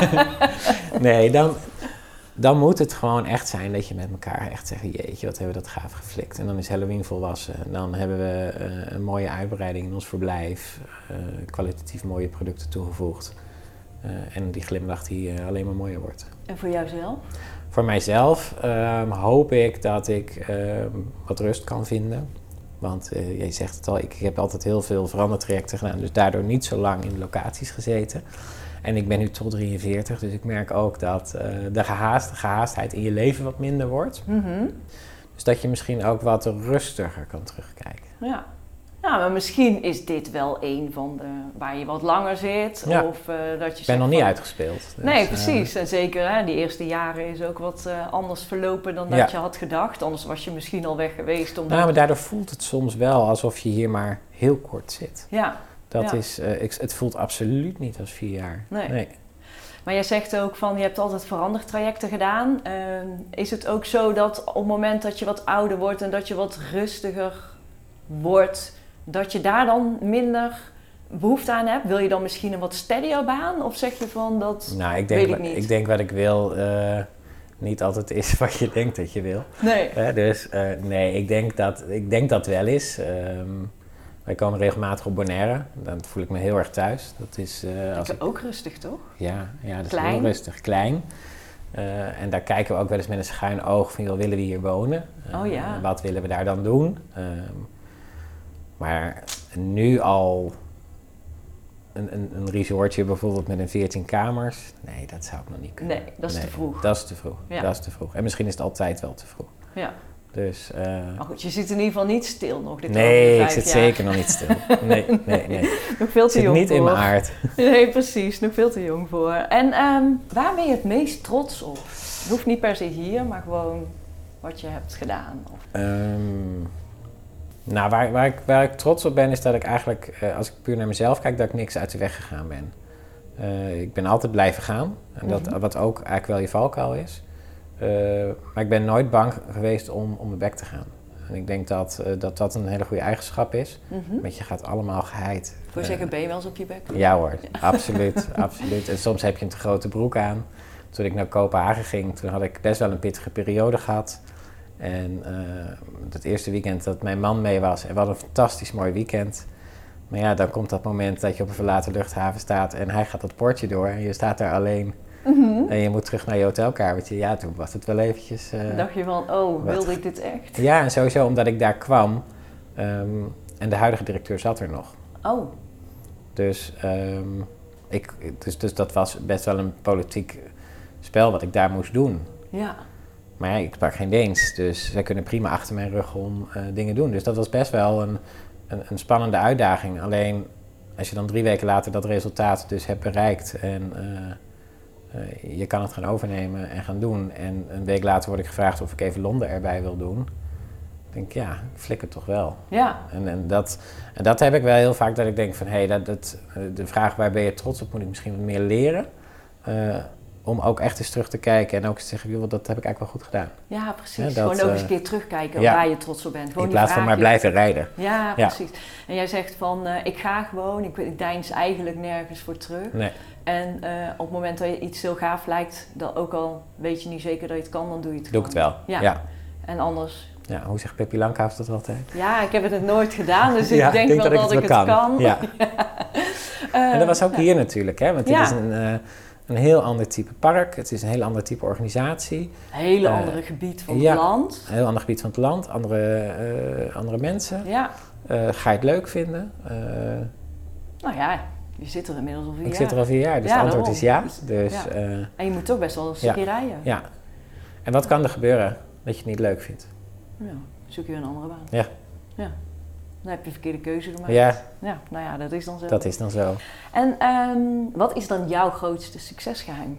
Dan moet het gewoon echt zijn dat je met elkaar echt zegt, jeetje, wat hebben we dat gaaf geflikt. En dan is Halloween volwassen. Dan hebben we een mooie uitbreiding in ons verblijf. Kwalitatief mooie producten toegevoegd. En die glimlach die alleen maar mooier wordt. En voor jouzelf? Voor mijzelf hoop ik dat ik wat rust kan vinden. Want je zegt het al, ik heb altijd heel veel verandertrajecten gedaan. Dus daardoor niet zo lang in locaties gezeten. En ik ben nu tot 43, dus ik merk ook dat de gehaastheid in je leven wat minder wordt. Mhm. Dus dat je misschien ook wat rustiger kan terugkijken. Ja. Ja, maar misschien is dit wel een van de waar je wat langer zit. Ja. Of dat je Ik ben nog niet uitgespeeld. Dus, nee, precies. En zeker die eerste jaren is ook wat anders verlopen dan dat je had gedacht. Anders was je misschien al weg geweest. Omdat... Nou, maar daardoor voelt het soms wel alsof je hier maar heel kort zit. Ja. Dat is, het voelt absoluut niet als 4 jaar. Nee. Maar jij zegt ook van, je hebt altijd verandertrajecten gedaan. Is het ook zo dat op het moment dat je wat ouder wordt en dat je wat rustiger wordt, dat je daar dan minder behoefte aan hebt? Wil je dan misschien een wat steadier baan? Of zeg je van, dat nou, ik denk wat ik wil niet altijd is wat je denkt dat je wil. Nee. Dus nee, ik denk dat wel is. Wij komen regelmatig op Bonaire. Dan voel ik me heel erg thuis. Dat is ook rustig, toch? Ja, dat klein. is heel rustig. Klein. En daar kijken we ook wel eens met een schuin oog van, joh, willen we hier wonen? Wat willen we daar dan doen? Maar nu al een resortje bijvoorbeeld met een 14 kamers, nee, dat zou ik nog niet kunnen. Nee, dat is te vroeg. Dat is te vroeg. Ja. Dat is te vroeg. En misschien is het altijd wel te vroeg. Ja. Dus, maar goed, je zit in ieder geval niet stil nog. Nee, ik zit zeker nog niet stil. Nee. Nog veel te jong niet voor. In mijn aard. Nee, precies. Nog veel te jong voor. En waar ben je het meest trots op? Het hoeft niet per se hier, maar gewoon wat je hebt gedaan. Nou, waar ik trots op ben, is dat ik eigenlijk, als ik puur naar mezelf kijk, dat ik niks uit de weg gegaan ben. Ik ben altijd blijven gaan. En dat, wat ook eigenlijk wel je valkuil is. Maar ik ben nooit bang geweest om mijn bek te gaan. En ik denk dat een hele goede eigenschap is. Want je gaat allemaal geheid. Voor zeggen, ben je wel eens op je bek? Ja hoor, absoluut. En soms heb je een te grote broek aan. Toen ik naar Kopenhagen ging, toen had ik best wel een pittige periode gehad. En het eerste weekend dat mijn man mee was, en we hadden een fantastisch mooi weekend. Maar ja, dan komt dat moment dat je op een verlaten luchthaven staat en hij gaat dat poortje door en je staat daar alleen. En je moet terug naar je hotelkamertje. Ja, toen was het wel eventjes... dacht je van, wilde ik dit echt? Ja, en sowieso omdat ik daar kwam en de huidige directeur zat er nog. Oh. Dus dat was best wel een politiek spel wat ik daar moest doen. Ja. Maar ja, ik sprak geen Deens, dus zij kunnen prima achter mijn rug om dingen doen. Dus dat was best wel een spannende uitdaging. Alleen als je dan 3 weken later dat resultaat dus hebt bereikt en je kan het gaan overnemen en gaan doen. En een week later word ik gevraagd of ik even Londen erbij wil doen. Ik denk, ja, ik flikker toch wel. Ja. En dat heb ik wel heel vaak, dat ik denk van, de vraag waar ben je trots op, moet ik misschien wat meer leren. Om ook echt eens terug te kijken en ook eens te zeggen, joh, dat heb ik eigenlijk wel goed gedaan. Ja, precies. Gewoon ook eens een keer terugkijken waar je trots op bent. Gewoon in plaats van maar blijven rijden. Ja, precies. En jij zegt van, ik ga gewoon, ik deins eigenlijk nergens voor terug. Nee. En op het moment dat je iets heel gaaf lijkt, dan ook al weet je niet zeker dat je het kan, dan doe je het gewoon. Doe ik het wel, ja. En anders... Ja, hoe zegt Pippi Langkous dat altijd? Ja, ik heb het nooit gedaan, dus ik denk wel dat ik het kan. Ja. En dat was ook hier natuurlijk, hè? Want dit is een heel ander type park, het is een heel ander type organisatie. Een hele andere gebied van het land. Een heel ander gebied van het land, andere mensen. Ja. Ga je het leuk vinden? Nou ja, je zit er inmiddels al 4 jaar. Ik zit er al 4 jaar, dus het antwoord is ja. Dus, en je moet toch best wel een stukje rijden. Ja. En wat kan er gebeuren dat je het niet leuk vindt? Ja, zoek je een andere baan. Ja. Dan heb je een verkeerde keuze gemaakt. Ja. Ja, nou ja, dat is dan zo. Dat is dan zo. En wat is dan jouw grootste succesgeheim?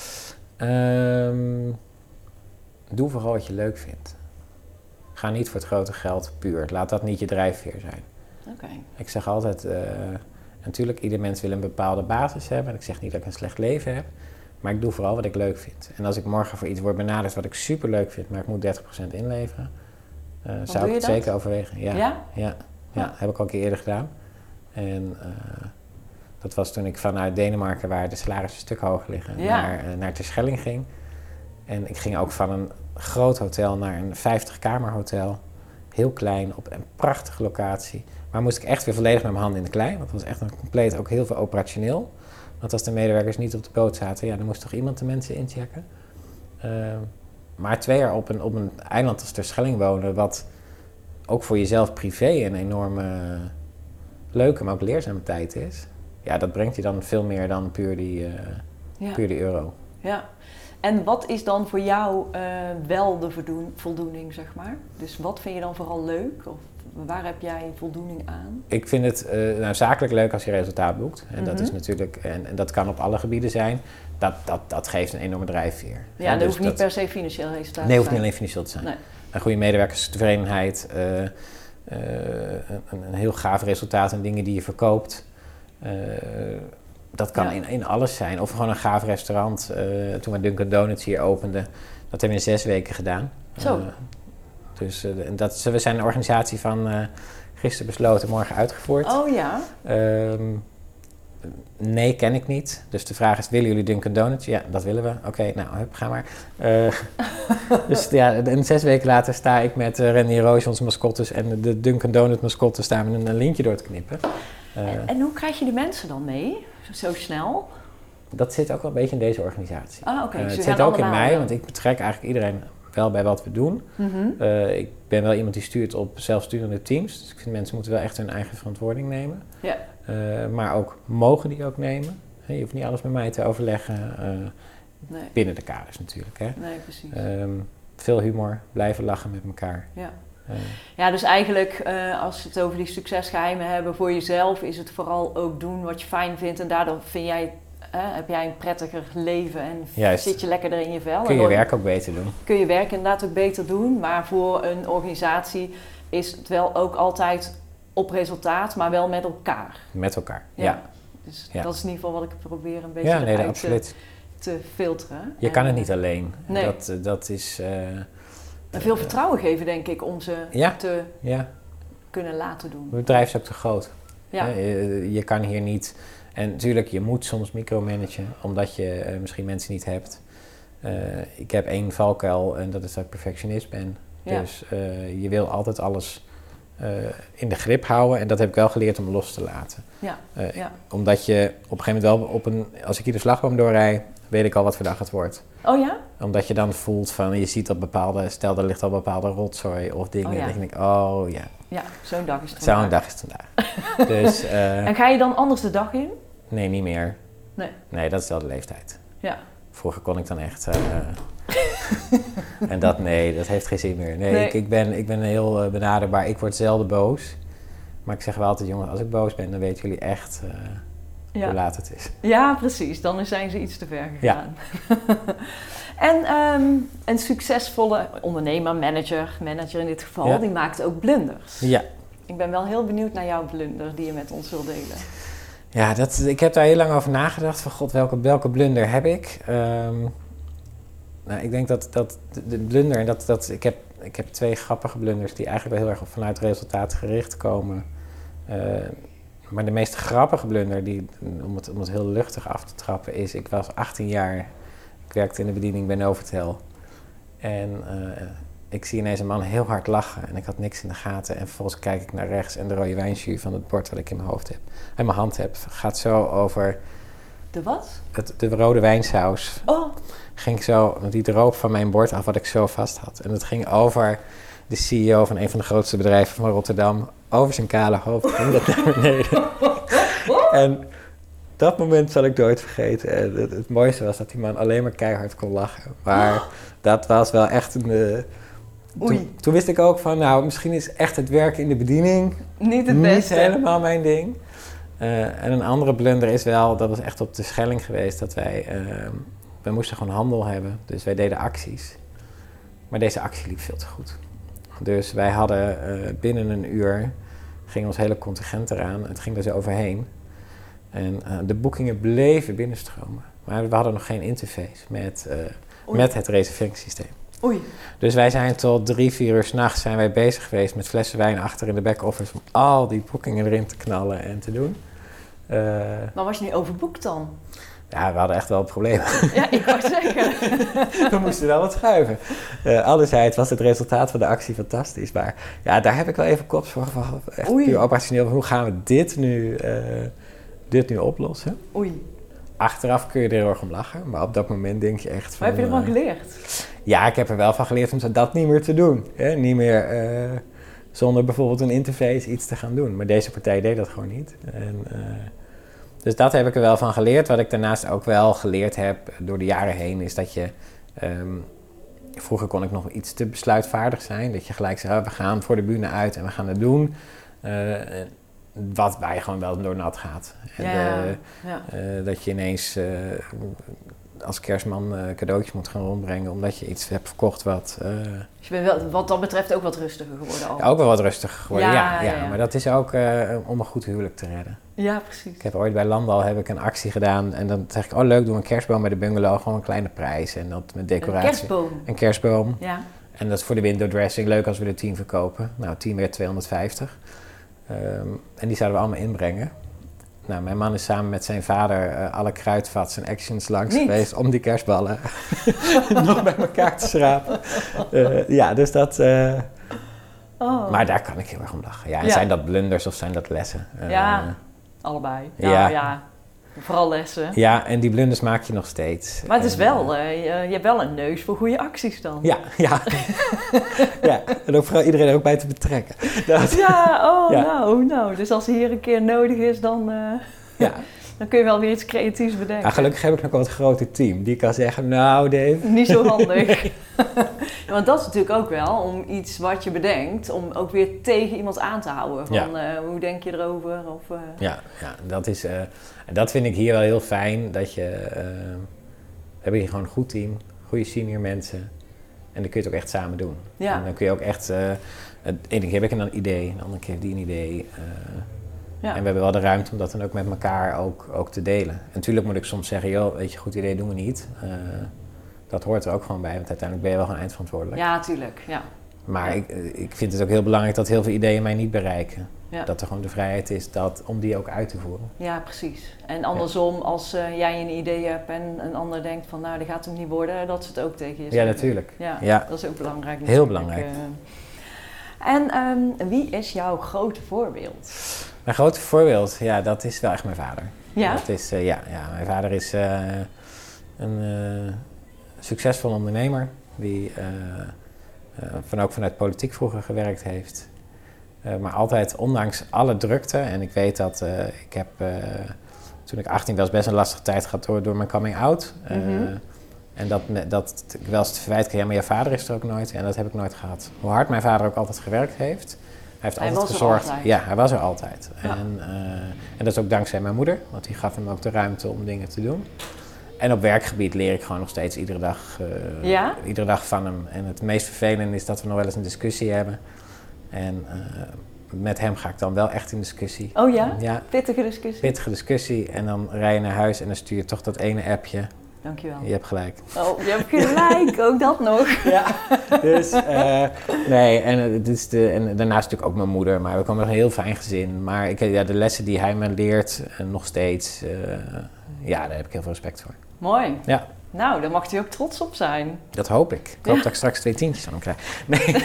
Doe vooral wat je leuk vindt. Ga niet voor het grote geld puur. Laat dat niet je drijfveer zijn. Oké. Ik zeg altijd, natuurlijk, ieder mens wil een bepaalde basis hebben. En ik zeg niet dat ik een slecht leven heb. Maar ik doe vooral wat ik leuk vind. En als ik morgen voor iets word benaderd wat ik super leuk vind, maar ik moet 30% inleveren, zou ik het zeker overwegen. Ja, heb ik al een keer eerder gedaan. En dat was toen ik vanuit Denemarken, waar de salarissen een stuk hoger liggen, naar Terschelling ging. En ik ging ook van een groot hotel naar een 50-kamer hotel. Heel klein, op een prachtige locatie. Maar moest ik echt weer volledig met mijn handen in de klei. Want het was echt een compleet, ook heel veel operationeel. Want als de medewerkers niet op de boot zaten, dan moest toch iemand de mensen inchecken. Maar 2 jaar op een eiland als Terschelling wonen, wat ook voor jezelf privé een enorme leuke, maar ook leerzame tijd is. Ja, dat brengt je dan veel meer dan puur die euro. Ja. En wat is dan voor jou wel de voldoening, zeg maar? Dus wat vind je dan vooral leuk? Of waar heb jij voldoening aan? Ik vind het zakelijk leuk als je resultaat boekt. En dat is natuurlijk, en dat kan op alle gebieden zijn. Dat geeft een enorme drijfveer. Ja, dat hoeft niet per se financieel resultaat te zijn. Nee, hoeft niet alleen financieel te zijn. Nee. Een goede medewerkerstevredenheid, een heel gaaf resultaat en dingen die je verkoopt. Dat kan in alles zijn. Of gewoon een gaaf restaurant. Toen we Dunkin' Donuts hier openden, dat hebben we in 6 weken gedaan. Zo. We zijn een organisatie van gisteren besloten, morgen uitgevoerd. Oh ja? Nee, ken ik niet. Dus de vraag is, willen jullie Dunkin' Donuts? Ja, dat willen we. Oké, nou, ga maar. Dus ja, en 6 weken later sta ik met Randy Roos, onze mascottes, en de Dunkin' Donuts mascotte staan met een lintje door te knippen. En hoe krijg je de mensen dan mee? Zo snel? Dat zit ook wel een beetje in deze organisatie. Ah, oké. Het zit ook in mij, want ik betrek eigenlijk iedereen wel bij wat we doen. Mm-hmm. Ik ben wel iemand die stuurt op zelfsturende teams. Dus ik vind mensen moeten wel echt hun eigen verantwoording nemen. Ja. Maar ook mogen die ook nemen. Je hoeft niet alles met mij te overleggen. Nee. Binnen de kaders natuurlijk. Hè. Nee, precies. Veel humor, blijven lachen met elkaar. Ja. Ja, dus eigenlijk als we het over die succesgeheimen hebben voor jezelf, is het vooral ook doen wat je fijn vindt. En daardoor heb jij een prettiger leven en zit je lekkerder in je vel. Kun je werk ook beter doen. Kun je werk inderdaad ook beter doen. Maar voor een organisatie is het wel ook altijd op resultaat, maar wel met elkaar. Met elkaar, ja. Dus dat is in ieder geval wat ik probeer een beetje te filteren. Je kan het niet alleen. Nee. Dat is... En veel vertrouwen geven, denk ik, om ze te kunnen laten doen. Het bedrijf is ook te groot. Ja. Je kan hier niet... En natuurlijk, je moet soms micromanagen, omdat je misschien mensen niet hebt. Ik heb 1 valkuil en dat is dat ik perfectionist ben. Ja. Dus je wil altijd alles in de grip houden en dat heb ik wel geleerd om los te laten. Ja. Omdat je op een gegeven moment wel als ik hier de slagboom doorrijd, weet ik al wat voor dag het wordt. Oh ja? Omdat je dan voelt van, je ziet dat stel er ligt al bepaalde rotzooi of dingen. En dan denk ik, Ja, zo'n dag is het vandaag. Zo'n dag is het vandaag. Dus, en ga je dan anders de dag in? Nee, niet meer. Nee, dat is wel de leeftijd. Ja. Vroeger kon ik dan echt... en dat heeft geen zin meer. Nee. Ik ben heel benaderbaar. Ik word zelden boos. Maar ik zeg wel altijd, jongens, als ik boos ben, dan weten jullie echt hoe laat het is. Ja, precies. Dan zijn ze iets te ver gegaan. Ja. En een succesvolle ondernemer, manager in dit geval, die maakt ook blunders. Ja. Ik ben wel heel benieuwd naar jouw blunder die je met ons wilt delen. Ja, ik heb daar heel lang over nagedacht. Van god, welke blunder heb ik? Ik denk dat de blunder... Ik heb 2 grappige blunders die eigenlijk wel heel erg vanuit resultaat gericht komen. Maar de meest grappige blunder, om het heel luchtig af te trappen, is... Ik was 18 jaar, ik werkte in de bediening bij Novotel. En ik zie ineens een man heel hard lachen en ik had niks in de gaten. En vervolgens kijk ik naar rechts en de rode wijnjus van het bord wat ik in mijn hoofd heb. En mijn hand heb, gaat zo over... De wat? De rode wijnsaus. Oh. Ging zo, want die droop van mijn bord af wat ik zo vast had. En het ging over de CEO van een van de grootste bedrijven van Rotterdam. Over zijn kale hoofd ging dat naar beneden. En dat moment zal ik nooit vergeten. En het mooiste was dat die man alleen maar keihard kon lachen. Maar dat was wel echt een... Toen wist ik ook van, misschien is echt het werken in de bediening niet het beste. Niet helemaal mijn ding. En een andere blunder is wel, dat was echt op de Schelling geweest, dat wij moesten gewoon handel hebben. Dus wij deden acties. Maar deze actie liep veel te goed. Dus wij hadden binnen een uur, ging ons hele contingent eraan. Het ging er zo overheen. En de boekingen bleven binnenstromen. Maar we hadden nog geen interface met het reserveringssysteem. Oei. Dus wij zijn tot 3-4 uur 's nachts zijn wij bezig geweest met flessen wijn achter in de back-office om al die boekingen erin te knallen en te doen. Maar was je niet overboekt dan? Ja, we hadden echt wel problemen. Ja, ik wou zeggen. We moesten wel wat schuiven. Anderzijds was het resultaat van de actie fantastisch. Maar ja, daar heb ik wel even kops voor gehad. Echt puur operationeel. Hoe gaan we dit nu oplossen? Oei. Achteraf kun je er heel erg om lachen. Maar op dat moment denk je echt van... Maar heb je ervan geleerd? Ja, ik heb er wel van geleerd om dat niet meer te doen. Hè? Niet meer zonder bijvoorbeeld een interface iets te gaan doen. Maar deze partij deed dat gewoon niet. Dus dat heb ik er wel van geleerd. Wat ik daarnaast ook wel geleerd heb door de jaren heen, is dat je... vroeger kon ik nog iets te besluitvaardig zijn. Dat je gelijk zegt, we gaan voor de bühne uit en we gaan het doen. Wat waar je gewoon wel door nat gaat. Dat je ineens als kerstman cadeautjes moet gaan rondbrengen omdat je iets hebt verkocht wat... Dus je bent wel, wat dat betreft ook wat rustiger geworden al. Ja, ook wel wat rustiger geworden, ja. Maar dat is ook om een goed huwelijk te redden. Ja, precies. Ik heb ooit bij Landal een actie gedaan en dan zeg ik, leuk, doe een kerstboom bij de bungalow, gewoon een kleine prijs. En dat met decoratie. Een kerstboom? Ja. En dat is voor de window dressing, leuk als we er 10 verkopen. Nou, 10 werd 250. En die zouden we allemaal inbrengen. Nou, mijn man is samen met zijn vader alle kruidvats en actions langs geweest om die kerstballen nog bij elkaar te schrapen. Dus dat... Maar daar kan ik heel erg om lachen. Ja, en zijn dat blunders of zijn dat lessen? Allebei. Ja. Vooral lessen. Ja, en die blunders maak je nog steeds. Maar het is wel, je hebt wel een neus voor goede acties dan. Ja. Ja, en ook vooral iedereen er ook bij te betrekken. Nou. Dus als hier een keer nodig is, dan kun je wel weer iets creatiefs bedenken. Ja, gelukkig heb ik nog wel een groter team. Die kan zeggen, nou Dave... Niet zo handig. Want dat is natuurlijk ook wel om iets wat je bedenkt, om ook weer tegen iemand aan te houden. Van hoe denk je erover? Of, Ja, dat is... dat vind ik hier wel heel fijn, dat je... we hebben hier gewoon een goed team, goede senior mensen. En dan kun je het ook echt samen doen. Ja. En dan kun je ook echt... ene keer heb ik een idee, de andere keer heeft die een idee. En we hebben wel de ruimte om dat dan ook met elkaar ook te delen. En natuurlijk moet ik soms zeggen, weet je, goed idee doen we niet. Dat hoort er ook gewoon bij, want uiteindelijk ben je wel gewoon eindverantwoordelijk. Ja, tuurlijk. Ja. Maar ik vind het ook heel belangrijk dat heel veel ideeën mij niet bereiken. Ja. Dat er gewoon de vrijheid is om die ook uit te voeren. Ja, precies. En andersom, als jij een idee hebt en een ander denkt van, nou, dat gaat hem niet worden, dat ze het ook tegen je zeggen. Ja, natuurlijk. Ja, dat is ook belangrijk. Natuurlijk. Heel belangrijk. En wie is jouw grote voorbeeld? Mijn grote voorbeeld, dat is wel echt mijn vader. Ja? Dat is, mijn vader is een succesvol ondernemer die ook vanuit politiek vroeger gewerkt heeft. Maar altijd, ondanks alle drukte, en ik weet dat ik heb toen ik 18 was best een lastige tijd gehad door mijn coming out. En dat ik wel eens het verwijt kreeg, maar je vader is er ook nooit. En dat heb ik nooit gehad. Hoe hard mijn vader ook altijd gewerkt heeft. Hij heeft altijd gezorgd. Ja, hij was er altijd. Ja. En dat is ook dankzij mijn moeder, want die gaf hem ook de ruimte om dingen te doen. En op werkgebied leer ik gewoon nog steeds iedere dag van hem. En het meest vervelende is dat we nog wel eens een discussie hebben. En met hem ga ik dan wel echt in discussie. Oh ja? Ja. Pittige discussie? Pittige discussie. En dan rij je naar huis en dan stuur je toch dat ene appje. Dankjewel. Je hebt gelijk. Oh, je hebt gelijk. Ook dat nog. Ja. Dus, en daarnaast natuurlijk ook mijn moeder. Maar we komen nog een heel fijn gezin. Maar de lessen die hij me leert, nog steeds, daar heb ik heel veel respect voor. Mooi. Ja. Nou, daar mag hij ook trots op zijn. Dat hoop ik. Ik hoop dat ik straks 2 tientjes van hem krijg. Nee.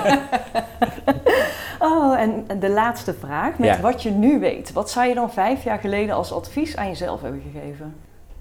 En de laatste vraag. Met wat je nu weet. Wat zou je dan 5 jaar geleden als advies aan jezelf hebben gegeven?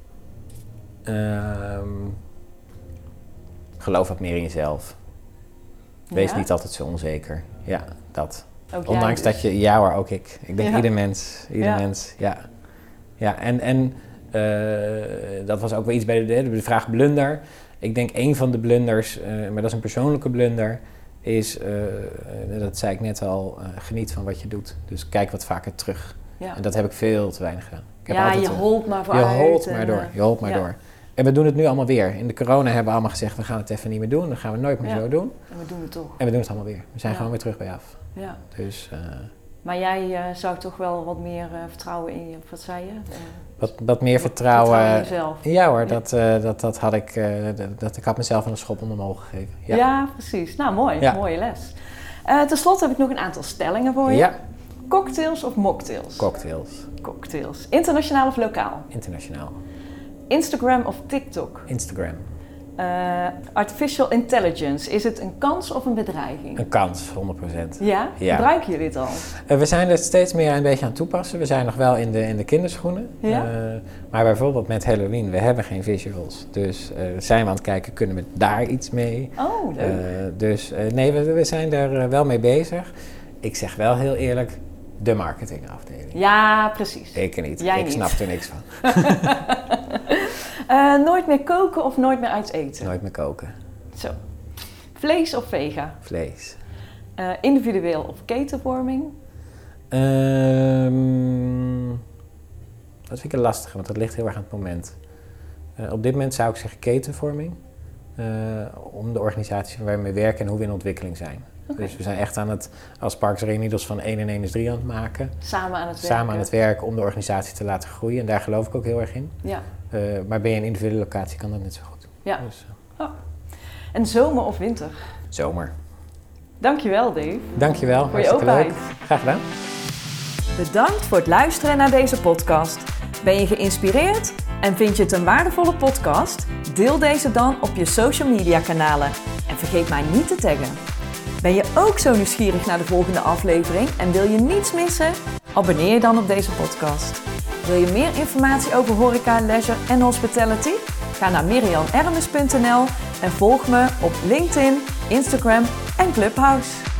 Geloof wat meer in jezelf. Wees niet altijd zo onzeker. Ja, dat. Ook ondanks dus. dat je... ook ik. Ik denk ieder mens. Ja, en dat was ook wel iets bij de vraag blunder. Ik denk een van de blunders, maar dat is een persoonlijke blunder, is, dat zei ik net al, geniet van wat je doet. Dus kijk wat vaker terug. Ja. En dat heb ik veel te weinig gedaan. Je holt maar vooruit. Je holt maar door. En we doen het nu allemaal weer. In de corona hebben we allemaal gezegd, we gaan het even niet meer doen. Dat gaan we nooit meer zo doen. En we doen het toch. En we doen het allemaal weer. We zijn gewoon weer terug bij af. Ja. Dus, maar jij zou toch wel wat meer vertrouwen in je, wat zei je? Wat meer vertrouwen. Vertrouwen in jezelf. Ja hoor, dat had ik. Ik had mezelf een schop onder mijn ogen gegeven. Ja, precies. Nou, mooi. Ja. Mooie les. Ten slotte heb ik nog een aantal stellingen voor je. Ja. Cocktails of mocktails? Cocktails. Internationaal of lokaal? Internationaal. Instagram of TikTok? Instagram. Artificial intelligence, is het een kans of een bedreiging? Een kans, 100%. Ja? Ja. Gebruiken jullie het al? We zijn er steeds meer een beetje aan het toepassen. We zijn nog wel in de kinderschoenen. Ja? Maar bijvoorbeeld met Halloween, we hebben geen visuals. Dus zijn we aan het kijken, kunnen we daar iets mee? Oh, leuk. Nee, we zijn er wel mee bezig. Ik zeg wel heel eerlijk, de marketingafdeling. Ja, precies. Ik niet. Jij ik niet. snap er niks van. Nooit meer koken of nooit meer uit eten? Nooit meer koken. Zo. Vlees of vega? Vlees. Individueel of ketenvorming? Dat vind ik een lastige, want dat ligt heel erg aan het moment. Op dit moment zou ik zeggen ketenvorming. Om de organisatie waar we mee werken en hoe we in ontwikkeling zijn. Okay. Dus we zijn echt als Parks Reunidos van 1 en 1 is 3 aan het maken. Samen aan het werken om de organisatie te laten groeien. En daar geloof ik ook heel erg in. Ja. Maar ben je een individuele locatie, kan dat net zo goed. Ja. Dus, En zomer of winter? Zomer. Dankjewel, Dave. Dankjewel. Voor je openheid. Leuk. Graag gedaan. Bedankt voor het luisteren naar deze podcast. Ben je geïnspireerd en vind je het een waardevolle podcast? Deel deze dan op je social media kanalen. En vergeet mij niet te taggen. Ben je ook zo nieuwsgierig naar de volgende aflevering en wil je niets missen? Abonneer je dan op deze podcast. Wil je meer informatie over horeca, leisure en hospitality? Ga naar mirianermes.nl en volg me op LinkedIn, Instagram en Clubhouse.